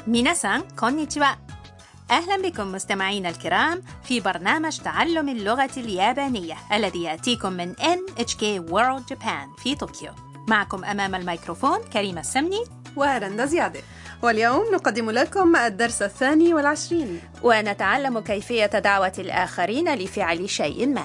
ميناسان كونيتشوا. أهلا بكم مستمعينا الكرام في برنامج تعلم اللغة اليابانية الذي يأتيكم من NHK World Japan في طوكيو. معكم أمام الميكروفون كريمة السمني ورندا زيادة، واليوم نقدم لكم الدرس 22 ونتعلم كيفية دعوة الآخرين لفعل شيء ما.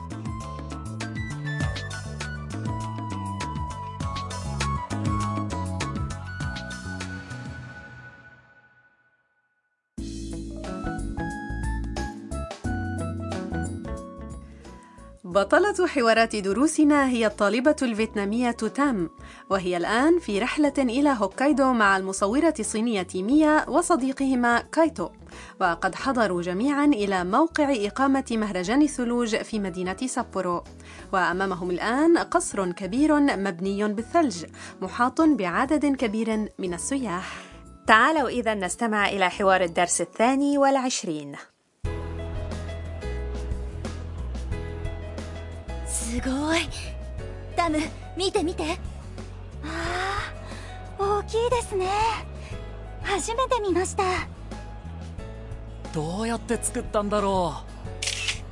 بطلة حوارات دروسنا هي الطالبة الفيتنامية تام، وهي الآن في رحلة إلى هوكايدو مع المصورة الصينية ميا وصديقهما كايتو، وقد حضروا جميعا إلى موقع إقامة مهرجان الثلوج في مدينة سابورو، وأمامهم الآن قصر كبير مبني بالثلج محاط بعدد كبير من السياح. تعالوا إذا نستمع إلى حوار الدرس 22. すごい。ダム、見て見て。ああ、大きいですね。初めて見ました。 どうやって作ったんだろう。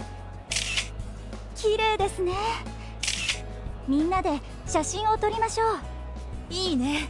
綺麗ですね。みんなで写真を撮りましょう。いいね。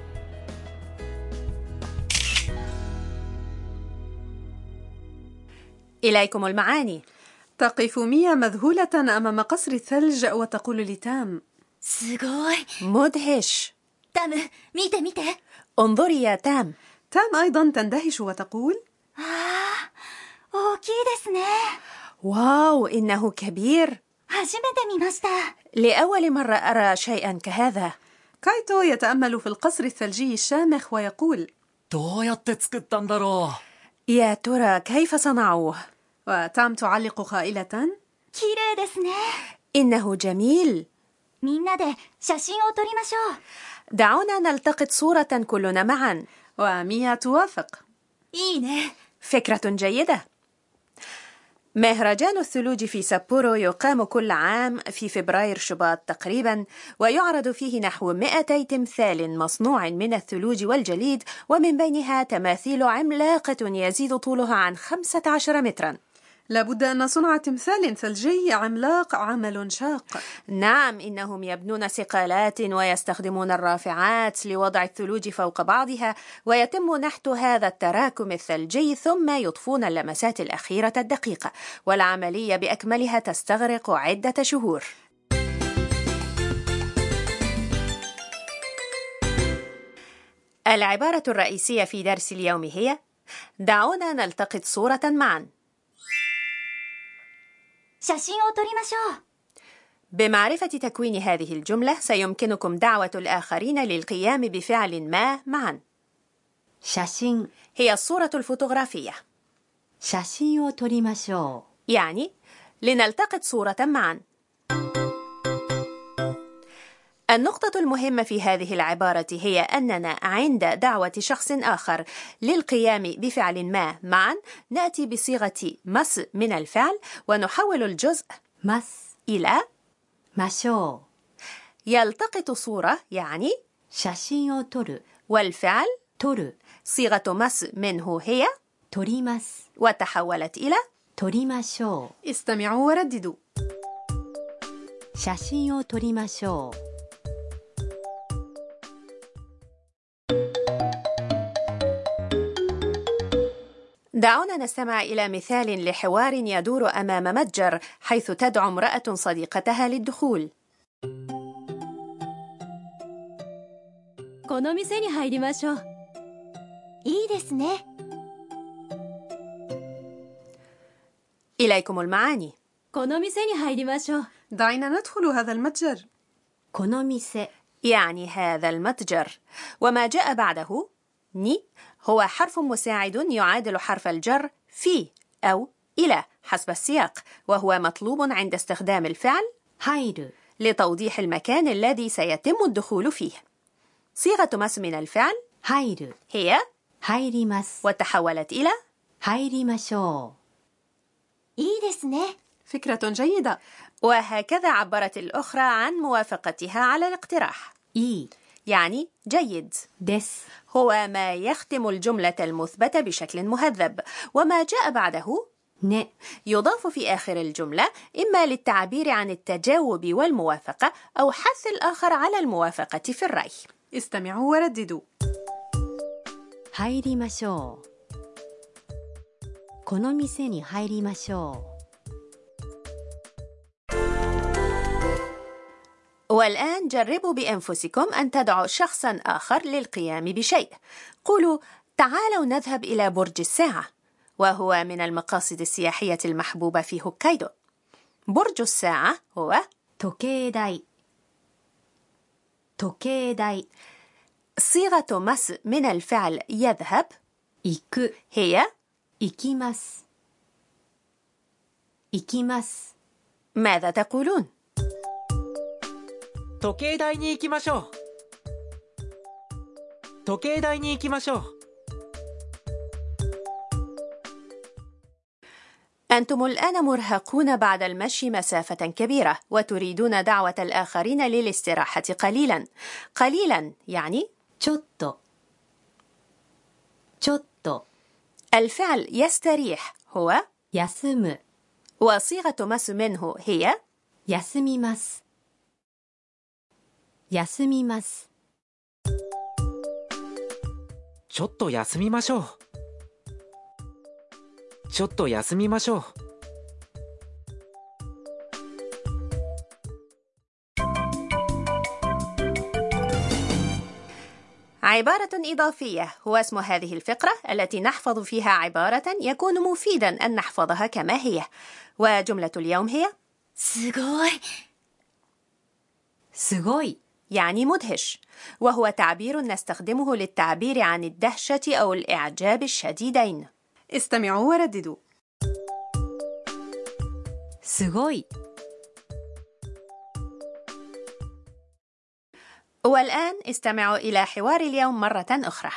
إليكم المعاني. تقف ميا مذهولة أمام قصر الثلج وتقول لتام: すごい。 مدهش. ダム、見て見て。 انظري يا تام. تام أيضا تندهش وتقول: ああ、大きいですね。 واو، إنه كبير. 初めて見ました。 لأول مرة أرى شيئا كهذا. كايتو يتأمل في القصر الثلجي الشامخ ويقول: どうやって作ったんだろう。 يا ترى كيف صنعوه؟ وتام تعلق قائلة: 綺麗ですね。 إنه جميل. みんなで写真を撮りましょう。 دعونا نلتقط صورة كلنا معا. وميا توافق. いいね。 فكرة جيدة. مهرجان الثلوج في سابورو يقام كل عام في فبراير شباط تقريبا، ويعرض فيه نحو 200 تمثال مصنوع من الثلوج والجليد، ومن بينها تماثيل عملاقة يزيد طولها عن 15 مترا. لابد أن صنع تمثال ثلجي عملاق عمل شاق. نعم، إنهم يبنون سقالات ويستخدمون الرافعات لوضع الثلوج فوق بعضها، ويتم نحت هذا التراكم الثلجي ثم يضفون اللمسات الأخيرة الدقيقة، والعملية بأكملها تستغرق عدة شهور. العبارة الرئيسية في درس اليوم هي: دعونا نلتقط صورة معا. 写真を撮りましょう。 بمعرفة تكوين هذه الجملة سيمكنكم دعوة الآخرين للقيام بفعل ما معا. 写真 هي الصورة الفوتوغرافية، 写真を撮りましょ يعني لنلتقط صورة معا. النقطة المهمة في هذه العبارة هي أننا عند دعوة شخص آخر للقيام بفعل ما معا نأتي بصيغة مس من الفعل ونحول الجزء うます إلى ましょ يلتقط صورة، يعني う写真を撮る والفعل 撮る صيغة مس منه هي 撮ります وتحولت إلى 撮りましょ استمعوا ورددوا: う写真を撮りましょう دعونا نستمع إلى مثال لحوار يدور أمام متجر، حيث تدعو امرأة صديقتها للدخول. この店に入りましょう。いいですね。 إليكم المعاني. この店に入りましょう。 دعينا ندخل هذا المتجر. この店 يعني هذا المتجر، وما جاء بعده ني هو حرف مساعد يعادل حرف الجر في أو إلى حسب السياق، وهو مطلوب عند استخدام الفعل 入る لتوضيح المكان الذي سيتم الدخول فيه. صيغة مس من الفعل 入る هي 入ります وتحولت إلى 入りましょいいですね。 فكرة جيدة. وهكذا عبرت الأخرى عن موافقتها على الاقتراح. ういい يعني جيد. です هو ما يختم الجملة المثبتة بشكل مهذب، وما جاء بعده ね يضاف في آخر الجملة إما للتعبير عن التجاوب والموافقة أو حث الآخر على الموافقة في الرأي. استمعوا ورددوا. 入りましょうこの店に入りましょ والآن جربوا بأنفسكم أن تدعوا شخصا آخر للقيام بشيء. قولوا تعالوا نذهب إلى برج الساعة، وهو من المقاصد السياحية المحبوبة في هوكايدو. برج الساعة هو う時計台時計台 صيغة مس من الفعل يذهب 行く هي 行きます行きます ماذا تقولون؟ 時計台に行きましょう時計台に行きましょう أنتم الآن مرهقون بعد المشي مسافة كبيرة وتريدون دعوة الآخرين للاستراحة قليلا. قليلا يعني ちょっとちょっと الفعل يستريح هو 休む وصيغة مس منه هي 休みます休みますちょっと休みましょうちょっと休みましょう عبارة إضافية هو اسم هذه الفقرة التي نحفظ فيها عبارة يكون مفيدا أن نحفظها كما هي. وجملة اليوم هي すごいすごい يعني مدهش، وهو تعبير نستخدمه للتعبير عن الدهشة أو الإعجاب الشديدين. استمعوا ورددوا. すごい والآن استمعوا إلى حوار اليوم مرة أخرى.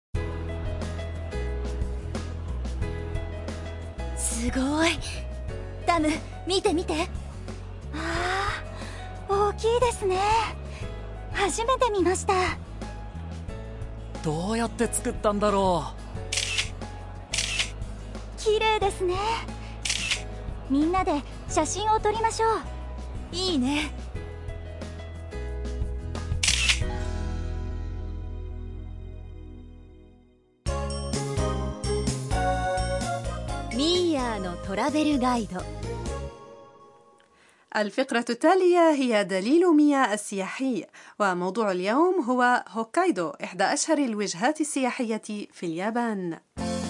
すごいダム見て見てあー大きいですね初めて見ましたどうやって作ったんだろ綺麗ですねみんなで写真を撮りましょういいねミーヤーのトラベルガイド الفقرة التالية هي دليل ميا السياحي، وموضوع اليوم هو هوكايدو، إحدى أشهر الوجهات السياحية في اليابان.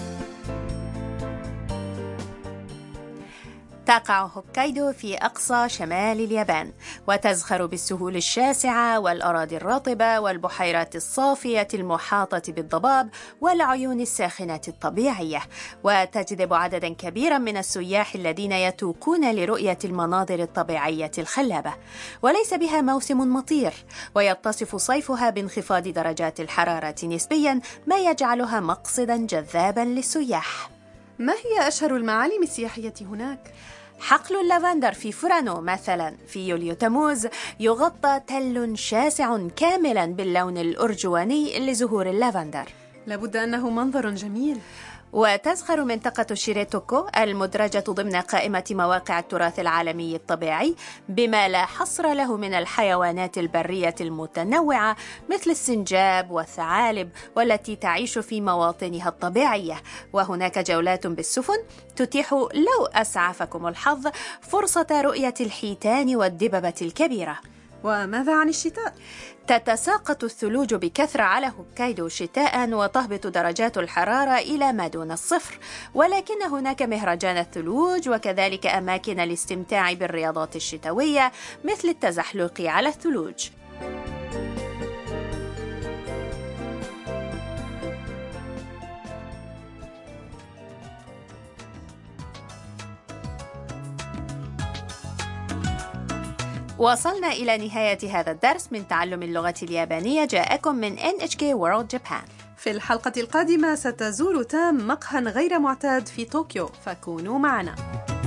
تقع هوكايدو في أقصى شمال اليابان، وتزخر بالسهول الشاسعة والأراضي الرطبة والبحيرات الصافية المحاطة بالضباب والعيون الساخنة الطبيعية، وتجذب عددا كبيرا من السياح الذين يتوقون لرؤية المناظر الطبيعية الخلابة. وليس بها موسم مطير، ويتصف صيفها بانخفاض درجات الحرارة نسبيا، ما يجعلها مقصدا جذابا للسياح. ما هي أشهر المعالم السياحية هناك؟ حقل اللافندر في فورانو مثلا. في يوليو تموز يغطى تل شاسع كاملا باللون الأرجواني لزهور اللافندر. لابد أنه منظر جميل. وتزخر منطقة شيريتوكو المدرجة ضمن قائمة مواقع التراث العالمي الطبيعي بما لا حصر له من الحيوانات البرية المتنوعة مثل السنجاب والثعالب والتي تعيش في مواطنها الطبيعية. وهناك جولات بالسفن تتيح لو أسعفكم الحظ فرصة رؤية الحيتان والدببة الكبيرة. وماذا عن الشتاء؟ تتساقط الثلوج بكثرة على هوكايدو شتاء وتهبط درجات الحرارة إلى ما دون الصفر، ولكن هناك مهرجان الثلوج وكذلك أماكن الاستمتاع بالرياضات الشتوية مثل التزحلق على الثلوج. وصلنا إلى نهاية هذا الدرس من تعلم اللغة اليابانية، جاءكم من NHK World Japan. في الحلقة القادمة ستزور تام مقهى غير معتاد في طوكيو، فكونوا معنا.